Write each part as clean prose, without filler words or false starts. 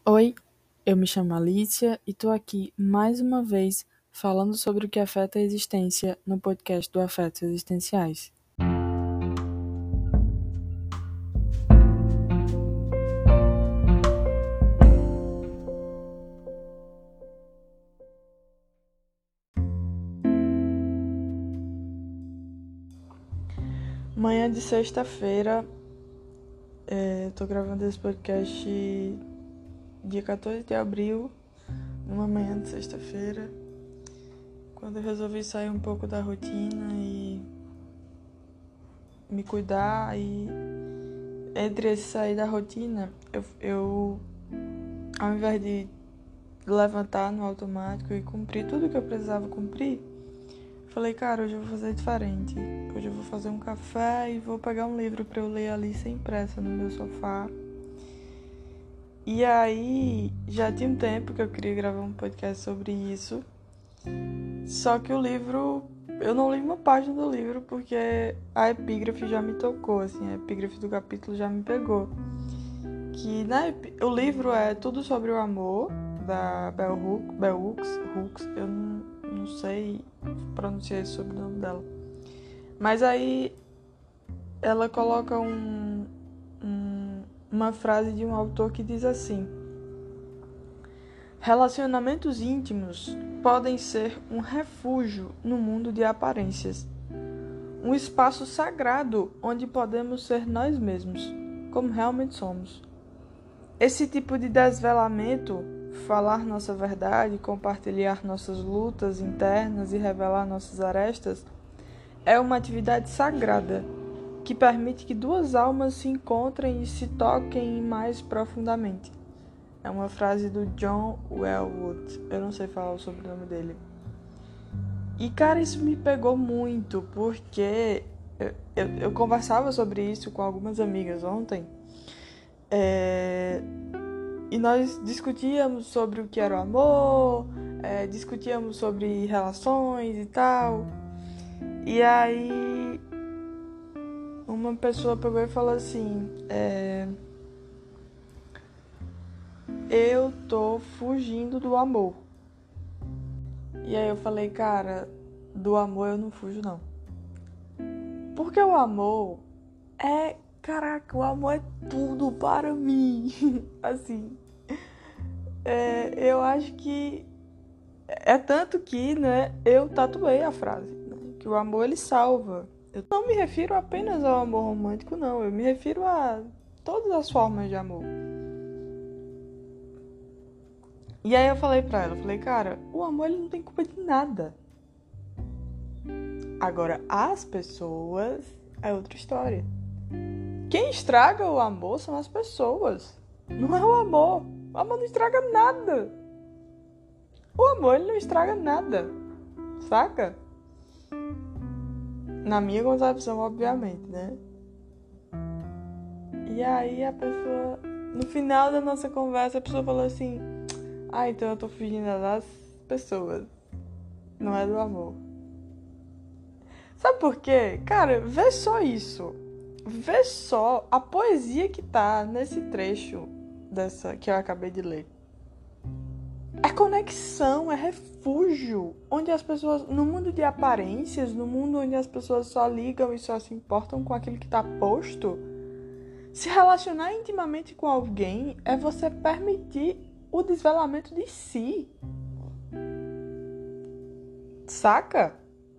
Oi, eu me chamo Alicia e tô aqui mais uma vez falando sobre o que afeta a existência no podcast do Afetos Existenciais. Manhã de sexta-feira, tô gravando esse podcast dia 14 de abril, numa manhã de sexta-feira, quando eu resolvi sair um pouco da rotina e me cuidar. E entre esse sair da rotina, eu ao invés de levantar no automático e cumprir tudo que eu precisava cumprir, falei, cara, hoje eu vou fazer diferente. Hoje eu vou fazer um café e vou pegar um livro pra eu ler ali sem pressa no meu sofá. E aí, já tinha um tempo que eu queria gravar um podcast sobre isso. Só que o livro, eu não li uma página do livro porque a epígrafe já me tocou, assim, a epígrafe do capítulo já me pegou. Que o livro é Tudo sobre o Amor, da Bell Hooks, eu não sei pronunciar esse sobrenome dela. Mas aí ela coloca uma frase de um autor que diz assim: relacionamentos íntimos podem ser um refúgio no mundo de aparências, um espaço sagrado onde podemos ser nós mesmos, como realmente somos. Esse tipo de desvelamento, falar nossa verdade, compartilhar nossas lutas internas e revelar nossas arestas, é uma atividade sagrada que permite que duas almas se encontrem e se toquem mais profundamente. É uma frase do John Welwood, eu não sei falar o sobrenome dele. E, cara, isso me pegou muito, porque eu conversava sobre isso com algumas amigas ontem, e nós discutíamos sobre o que era o amor, discutíamos sobre relações e tal. E aí uma pessoa pegou e falou assim: eu tô fugindo do amor. E aí eu falei, cara, do amor eu não fujo não. Porque o amor caraca, o amor é tudo para mim. Assim, eu acho que é tanto que, né, eu tatuei a frase, né, que o amor ele salva. Eu não me refiro apenas ao amor romântico, não. Eu me refiro a todas as formas de amor. E aí eu falei pra ela, cara, o amor ele não tem culpa de nada. Agora, as pessoas é outra história. Quem estraga o amor são as pessoas. Não é o amor. O amor não estraga nada. O amor ele não estraga nada. Saca? Na minha concepção, obviamente, né? E aí a pessoa, no final da nossa conversa, a pessoa falou assim: então eu tô fugindo das pessoas, não é do amor. Sabe por quê? Cara, vê só isso. Vê só a poesia que tá nesse trecho dessa que eu acabei de ler. É conexão, é refúgio. Onde as pessoas, no mundo de aparências, no mundo onde as pessoas só ligam e só se importam com aquilo que tá posto, se relacionar intimamente com alguém é você permitir o desvelamento de si. Saca?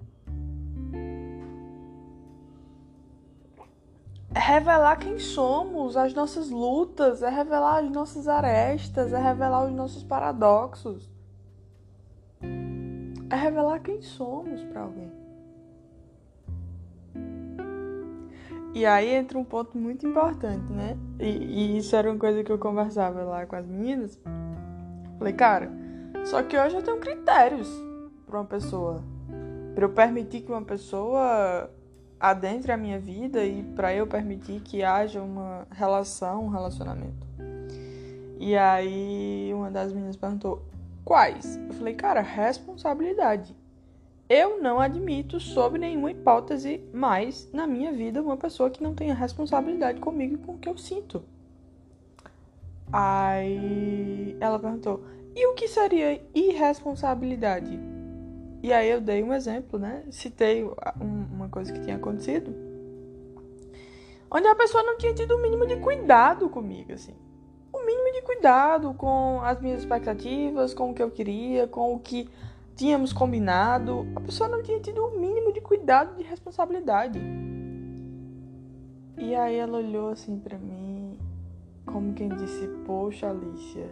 É revelar quem somos, as nossas lutas, é revelar as nossas arestas, é revelar os nossos paradoxos. É revelar quem somos para alguém. E aí entra um ponto muito importante, né? E isso era uma coisa que eu conversava lá com as meninas. Falei, cara, só que hoje eu tenho critérios para uma pessoa. Para eu permitir que uma pessoa adentre a minha vida e para eu permitir que haja uma relação, um relacionamento. E aí uma das meninas perguntou, quais? Eu falei, cara, responsabilidade. Eu não admito, sob nenhuma hipótese, mais na minha vida uma pessoa que não tenha responsabilidade comigo e com o que eu sinto. Aí ela perguntou, e o que seria irresponsabilidade? E aí eu dei um exemplo, né? Citei uma coisa que tinha acontecido, onde a pessoa não tinha tido o mínimo de cuidado comigo, assim. O mínimo de cuidado com as minhas expectativas, com o que eu queria, com o que tínhamos combinado. A pessoa não tinha tido o mínimo de cuidado, de responsabilidade. E aí ela olhou assim pra mim, como quem disse, poxa, Alicia,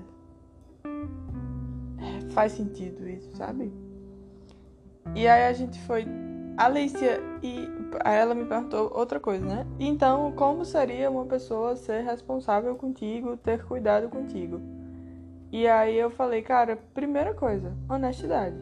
faz sentido isso, sabe? E aí a gente foi, Alicia, e aí ela me perguntou outra coisa, né? Então, como seria uma pessoa ser responsável contigo, ter cuidado contigo? E aí eu falei, cara, primeira coisa, honestidade.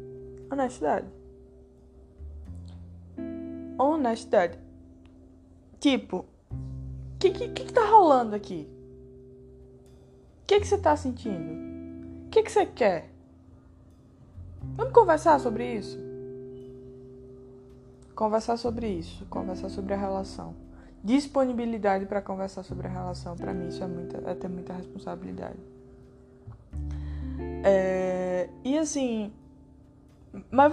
Honestidade. Tipo, o que tá rolando aqui? O que você tá sentindo? O que você quer? Vamos conversar sobre isso? Conversar sobre a relação. Disponibilidade pra conversar sobre a relação, pra mim isso é ter muita responsabilidade. E assim, mas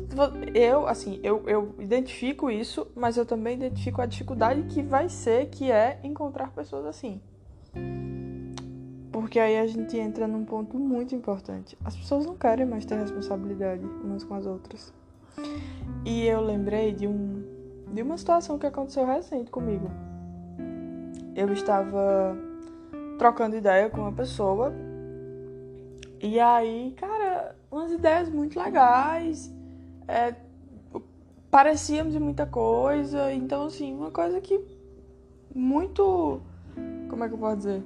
eu identifico isso, mas eu também identifico a dificuldade que é encontrar pessoas assim. Porque aí a gente entra num ponto muito importante. As pessoas não querem mais ter responsabilidade umas com as outras. E eu lembrei de uma situação que aconteceu recente comigo. Eu estava trocando ideia com uma pessoa. E aí, cara, umas ideias muito legais. Parecíamos de muita coisa. Então, assim, uma coisa que muito... Como é que eu posso dizer?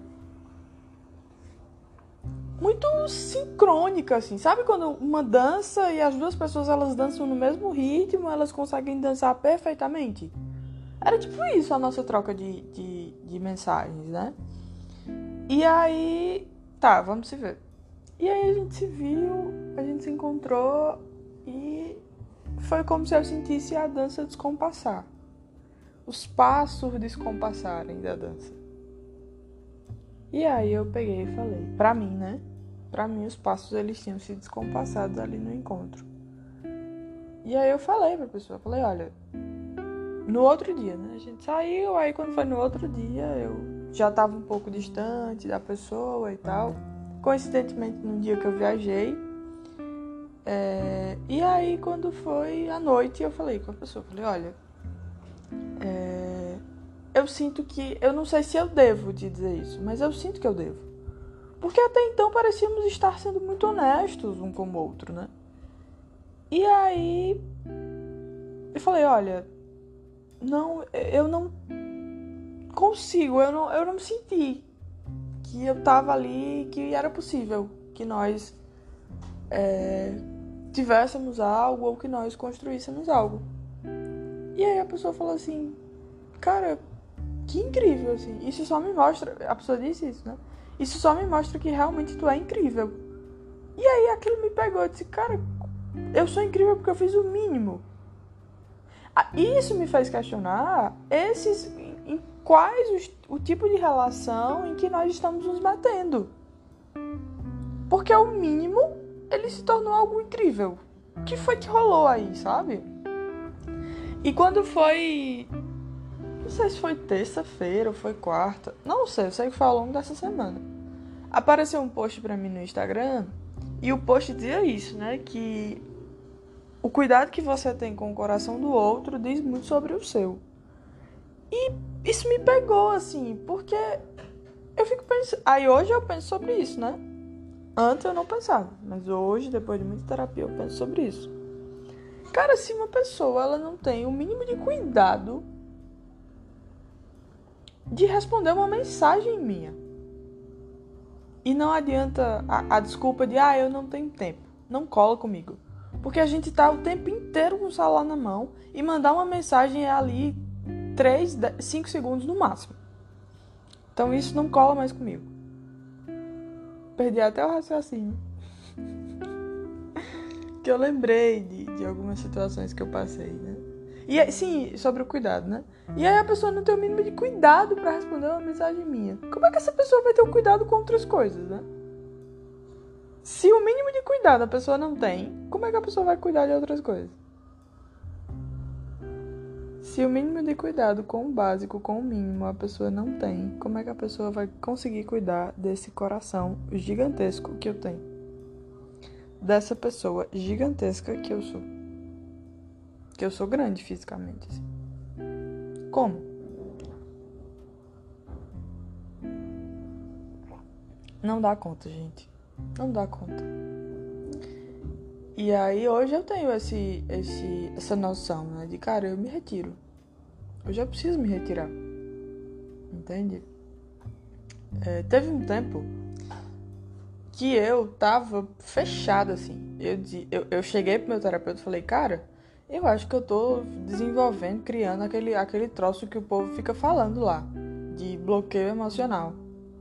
Muito sincrônica, assim. Sabe quando uma dança e as duas pessoas elas dançam no mesmo ritmo, elas conseguem dançar perfeitamente? Era tipo isso a nossa troca de mensagens, né? E aí... Tá, vamos se ver. E aí a gente se viu, a gente se encontrou e foi como se eu sentisse a dança descompassar. Os passos descompassarem da dança. E aí eu peguei e falei, pra mim, né? Pra mim os passos eles tinham sido descompassados ali no encontro. E aí eu falei pra pessoa, falei, olha, no outro dia, né? A gente saiu, aí quando foi no outro dia eu já tava um pouco distante da pessoa e tal. Coincidentemente no dia que eu viajei. E aí quando foi à noite eu falei com a pessoa, falei, olha, eu sinto que, eu não sei se eu devo te dizer isso, mas eu sinto que eu devo. Porque até então parecíamos estar sendo muito honestos um com o outro, né? E aí eu falei, olha, não, eu não consigo, eu não me senti que eu tava ali, que era possível que nós tivéssemos algo ou que nós construíssemos algo. E aí a pessoa falou assim, cara, que incrível, assim, isso só me mostra, a pessoa disse isso, né? Isso só me mostra que realmente tu é incrível. E aí aquilo me pegou, eu disse, cara, eu sou incrível porque eu fiz o mínimo. Isso me fez questionar em quais o tipo de relação em que nós estamos nos metendo. Porque o mínimo, ele se tornou algo incrível. O que foi que rolou aí, sabe? E quando foi... Não sei se foi terça-feira ou foi quarta. Não sei, eu sei que foi ao longo dessa semana. Apareceu um post pra mim no Instagram. E o post dizia isso, né? Que o cuidado que você tem com o coração do outro diz muito sobre o seu. E isso me pegou, assim, porque eu fico pensando... Aí hoje eu penso sobre isso, né? Antes eu não pensava, mas hoje, depois de muita terapia, eu penso sobre isso. Cara, se uma pessoa ela não tem o mínimo de cuidado de responder uma mensagem minha, e não adianta a desculpa de eu não tenho tempo, não cola comigo. Porque a gente tá o tempo inteiro com o celular na mão e mandar uma mensagem é ali 5 segundos no máximo. Então isso não cola mais comigo. Perdi até o raciocínio. Que eu lembrei de algumas situações que eu passei, né? E aí, sim, sobre o cuidado, né? E aí a pessoa não tem o mínimo de cuidado pra responder uma mensagem minha. Como é que essa pessoa vai ter o cuidado com outras coisas, né? Se o mínimo de cuidado a pessoa não tem, como é que a pessoa vai cuidar de outras coisas? Se o mínimo de cuidado com o básico, com o mínimo, a pessoa não tem, como é que a pessoa vai conseguir cuidar desse coração gigantesco que eu tenho? Dessa pessoa gigantesca que eu sou. Que eu sou grande fisicamente, assim. Como? Não dá conta, gente. Não dá conta. E aí hoje eu tenho essa noção, né? De, cara, eu me retiro. Eu já preciso me retirar. Entende? Teve um tempo que eu tava fechada, assim. Eu cheguei pro meu terapeuta e falei, cara, eu acho que eu tô desenvolvendo, criando aquele troço que o povo fica falando lá, de bloqueio emocional.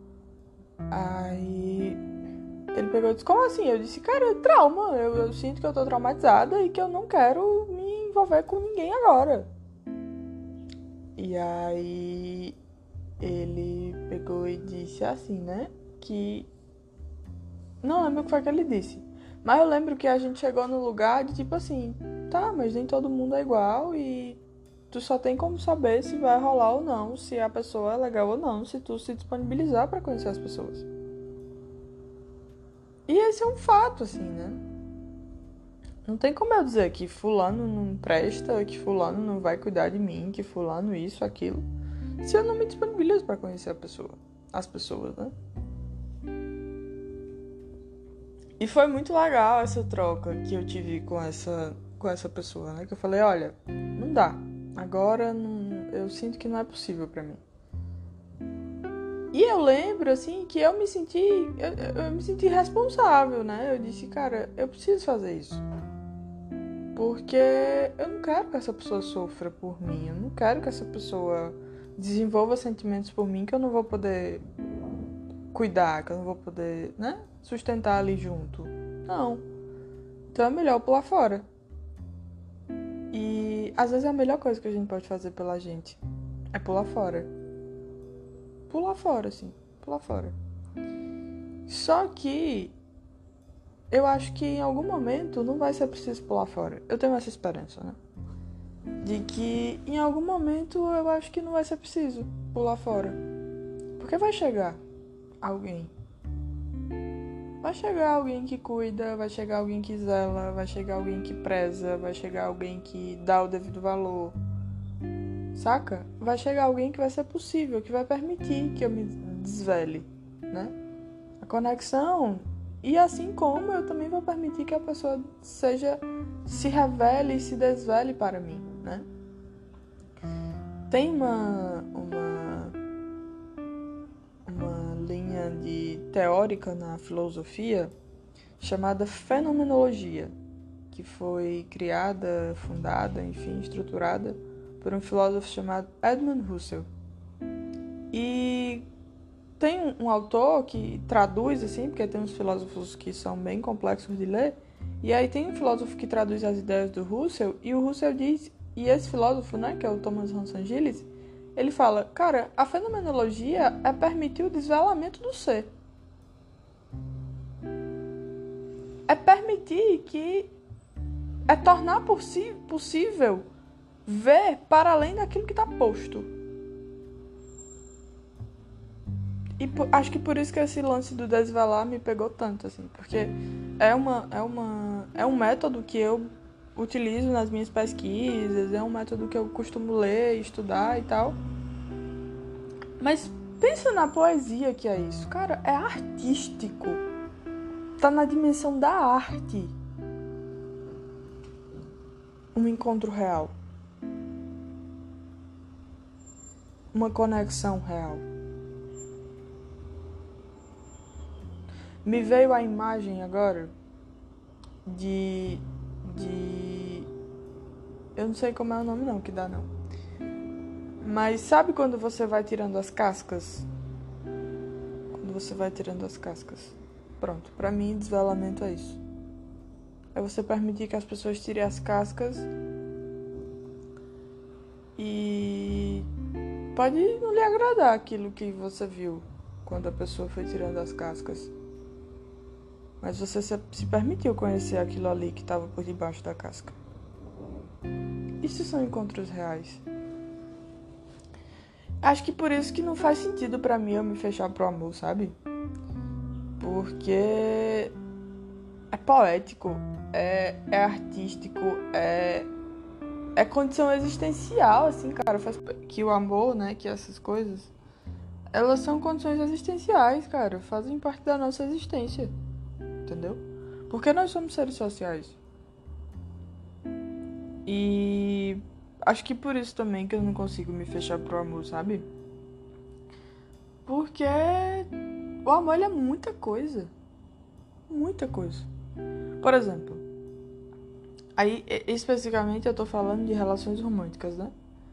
Aí ele pegou e disse, como assim? Eu disse, cara, trauma. Eu sinto que eu tô traumatizada e que eu não quero me envolver com ninguém agora. E aí ele pegou e disse assim, né? Que... Não lembro o que foi que ele disse. Mas eu lembro que a gente chegou no lugar de tipo assim, tá, mas nem todo mundo é igual e tu só tem como saber se vai rolar ou não, se a pessoa é legal ou não, se tu se disponibilizar pra conhecer as pessoas. E esse é um fato, assim, né? Não tem como eu dizer que fulano não presta, que fulano não vai cuidar de mim, que fulano isso, aquilo, se eu não me disponibilizo pra conhecer as pessoas, né? E foi muito legal essa troca que eu tive com essa pessoa, né? Que eu falei, olha, não dá. Agora eu sinto que não é possível pra mim. E eu lembro, assim, que eu me senti responsável, né? Eu disse, cara, eu preciso fazer isso. Porque eu não quero que essa pessoa sofra por mim. Eu não quero que essa pessoa desenvolva sentimentos por mim que eu não vou poder cuidar, que eu não vou poder, né? Sustentar ali junto. Não. Então é melhor pular fora. E às vezes é a melhor coisa que a gente pode fazer pela gente. É pular fora. Pular fora, assim. Pular fora. Só que eu acho que em algum momento não vai ser preciso pular fora. Eu tenho essa esperança, né? De que em algum momento eu acho que não vai ser preciso pular fora. Porque vai chegar alguém. Vai chegar alguém que cuida, vai chegar alguém que zela, vai chegar alguém que preza, vai chegar alguém que dá o devido valor. Saca? Vai chegar alguém que vai ser possível, que vai permitir que eu me desvele, né? A conexão. E assim como eu também vou permitir que a pessoa se revele e se desvele para mim, né? Tem uma linha teórica na filosofia chamada fenomenologia, que foi criada, fundada, enfim, estruturada por um filósofo chamado Edmund Husserl. E tem um autor que traduz, assim, porque tem uns filósofos que são bem complexos de ler, e aí tem um filósofo que traduz as ideias do Husserl, e o Husserl diz, e esse filósofo, né, que é o Thomas Hanson-Gillis, ele fala, cara, a fenomenologia é permitir o desvelamento do ser. É permitir que... é tornar possível ver para além daquilo que está posto. E acho que por isso que esse lance do desvelar me pegou tanto, assim. Porque é um método que eu utilizo nas minhas pesquisas, é um método que eu costumo ler, estudar e tal. Mas pensa na poesia que é isso. Cara, é artístico. Tá na dimensão da arte. Um encontro real. Uma conexão real. Me veio a imagem agora de... Eu não sei como é o nome não, que dá não. Mas sabe quando você vai tirando as cascas? Quando você vai tirando as cascas. Pronto, pra mim desvelamento é isso. É você permitir que as pessoas tirem as cascas E pode não lhe agradar aquilo que você viu quando a pessoa foi tirando as cascas. Mas você se permitiu conhecer aquilo ali que estava por debaixo da casca. Isso são encontros reais. Acho que por isso que não faz sentido pra mim eu me fechar pro amor, sabe? Porque é poético, é artístico, é condição existencial, assim, cara. Faz que o amor, né, que essas coisas, elas são condições existenciais, cara. Fazem parte da nossa existência, entendeu? Porque nós somos seres sociais. E acho que por isso também que eu não consigo me fechar pro amor, sabe? Porque o amor, ele é muita coisa. Muita coisa. Por exemplo, aí especificamente eu tô falando de relações românticas, né?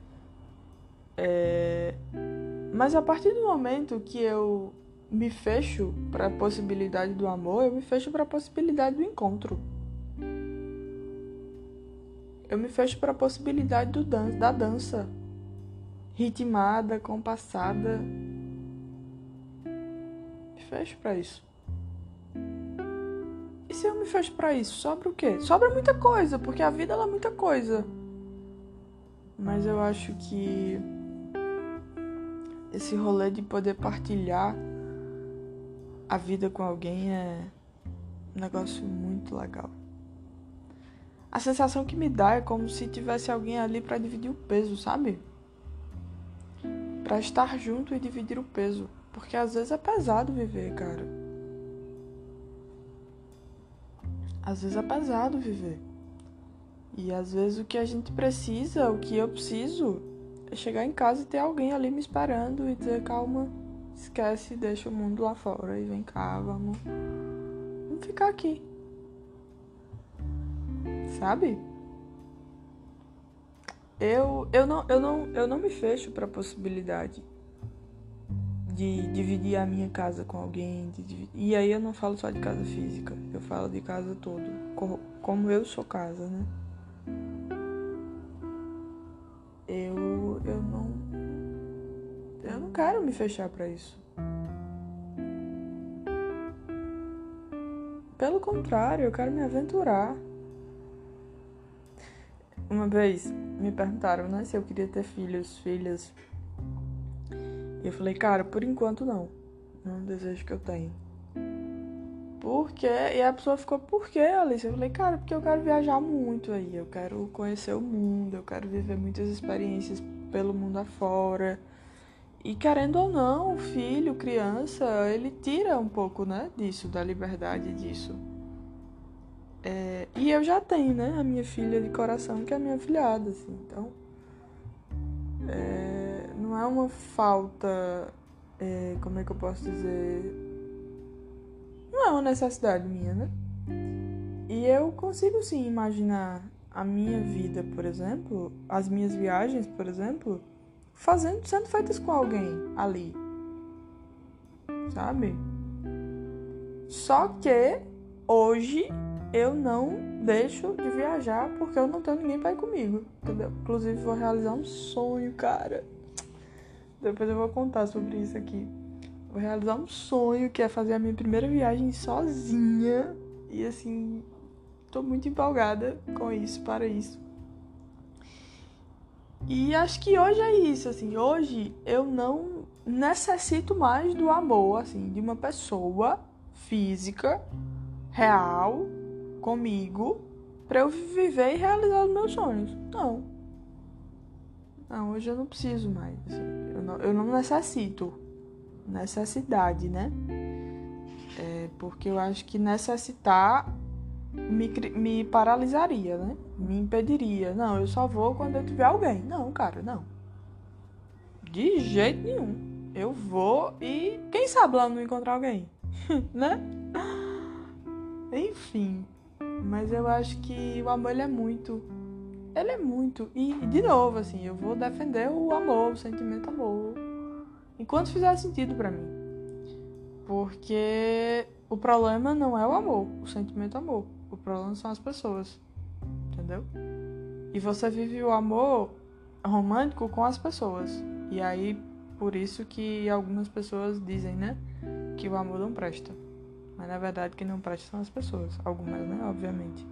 Mas a partir do momento que eu me fecho pra possibilidade do amor, eu me fecho pra possibilidade do encontro. Eu me fecho pra possibilidade da dança. Ritmada, compassada. Me fecho pra isso. E se eu me fecho pra isso, sobra o quê? Sobra muita coisa, porque a vida ela é muita coisa. Mas eu acho que esse rolê de poder partilhar a vida com alguém é um negócio muito legal. A sensação que me dá é como se tivesse alguém ali pra dividir o peso, sabe? Pra estar junto e dividir o peso. Porque às vezes é pesado viver, cara. Às vezes é pesado viver. E às vezes o que a gente precisa, o que eu preciso, é chegar em casa e ter alguém ali me esperando e dizer, calma, esquece, deixa o mundo lá fora e vem cá, vamos ficar aqui. Sabe? Eu não me fecho pra possibilidade de dividir a minha casa com alguém. E aí eu não falo só de casa física, eu falo de casa todo. Como eu sou casa, né? Eu não quero me fechar pra isso. Pelo contrário, eu quero me aventurar. Uma vez me perguntaram, né, se eu queria ter filhos, filhas. E eu falei, cara, por enquanto não. Não é um desejo que eu tenho. Por quê? E a pessoa ficou, por quê, Alice? Eu falei, cara, porque eu quero viajar muito aí. Eu quero conhecer o mundo, eu quero viver muitas experiências pelo mundo afora. E querendo ou não, o filho, criança, ele tira um pouco, né, disso, da liberdade disso. E eu já tenho, né, a minha filha de coração, que é a minha afilhada, assim. Então, não é uma falta, como é que eu posso dizer? Não é uma necessidade minha, né? E eu consigo, sim, imaginar a minha vida, por exemplo, as minhas viagens, por exemplo, sendo feitas com alguém ali, sabe? Só que hoje eu não deixo de viajar porque eu não tenho ninguém pra ir comigo, entendeu? Inclusive vou realizar um sonho, cara. Depois eu vou contar sobre isso aqui. Vou realizar um sonho que é fazer a minha primeira viagem sozinha. E assim, tô muito empolgada com isso, para isso. E acho que hoje é isso, assim. Hoje eu não necessito mais do amor, assim, de uma pessoa física, real, comigo, pra eu viver e realizar os meus sonhos. Não. Não, hoje eu não preciso mais, assim. Eu não necessito. Necessidade, né? Porque eu acho que necessitar me paralisaria, né? Me impediria. Não, eu só vou quando eu tiver alguém. Não, cara, não. De jeito nenhum. Eu vou e quem sabe lá não encontrar alguém, né? Enfim. Mas eu acho que o amor, ele é muito. Ele é muito. E, de novo, assim, eu vou defender o amor, o sentimento amor. Enquanto fizer sentido pra mim. Porque o problema não é o amor, o sentimento amor. O problema são as pessoas. Entendeu? E você vive o amor romântico com as pessoas. E aí, por isso que algumas pessoas dizem, né, que o amor não presta. Mas na verdade quem não presta são as pessoas. Algumas, né, obviamente.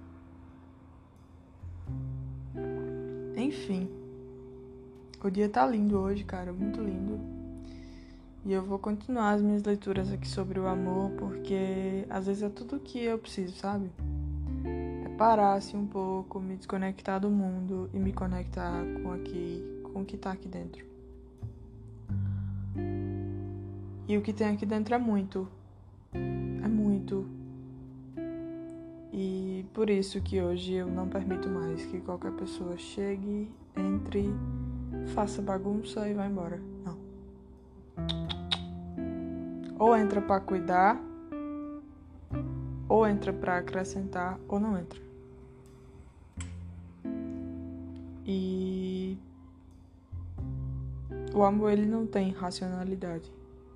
Enfim. O dia tá lindo hoje, cara, muito lindo. E eu vou continuar as minhas leituras aqui sobre o amor, porque às vezes é tudo que eu preciso, sabe? É parar assim um pouco, me desconectar do mundo e me conectar com o que tá aqui dentro. E o que tem aqui dentro é muito. É muito. E por isso que hoje eu não permito mais que qualquer pessoa chegue, entre, faça bagunça e vá embora. Não. Ou entra pra cuidar, ou entra pra acrescentar, ou não entra. E o amor, ele não tem racionalidade.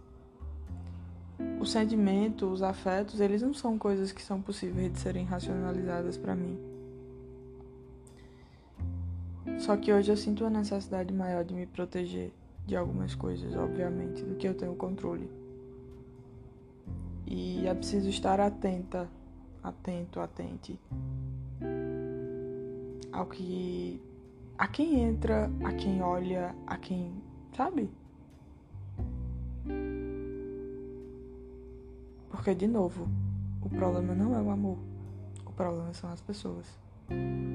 O sentimento, os afetos, eles não são coisas que são possíveis de serem racionalizadas pra mim. Só que hoje eu sinto uma necessidade maior de me proteger de algumas coisas, obviamente, do que eu tenho controle. E é preciso estar atento, atente ao que... a quem entra, a quem olha, a quem... sabe? Porque, de novo, o problema não é o amor. O problema são as pessoas.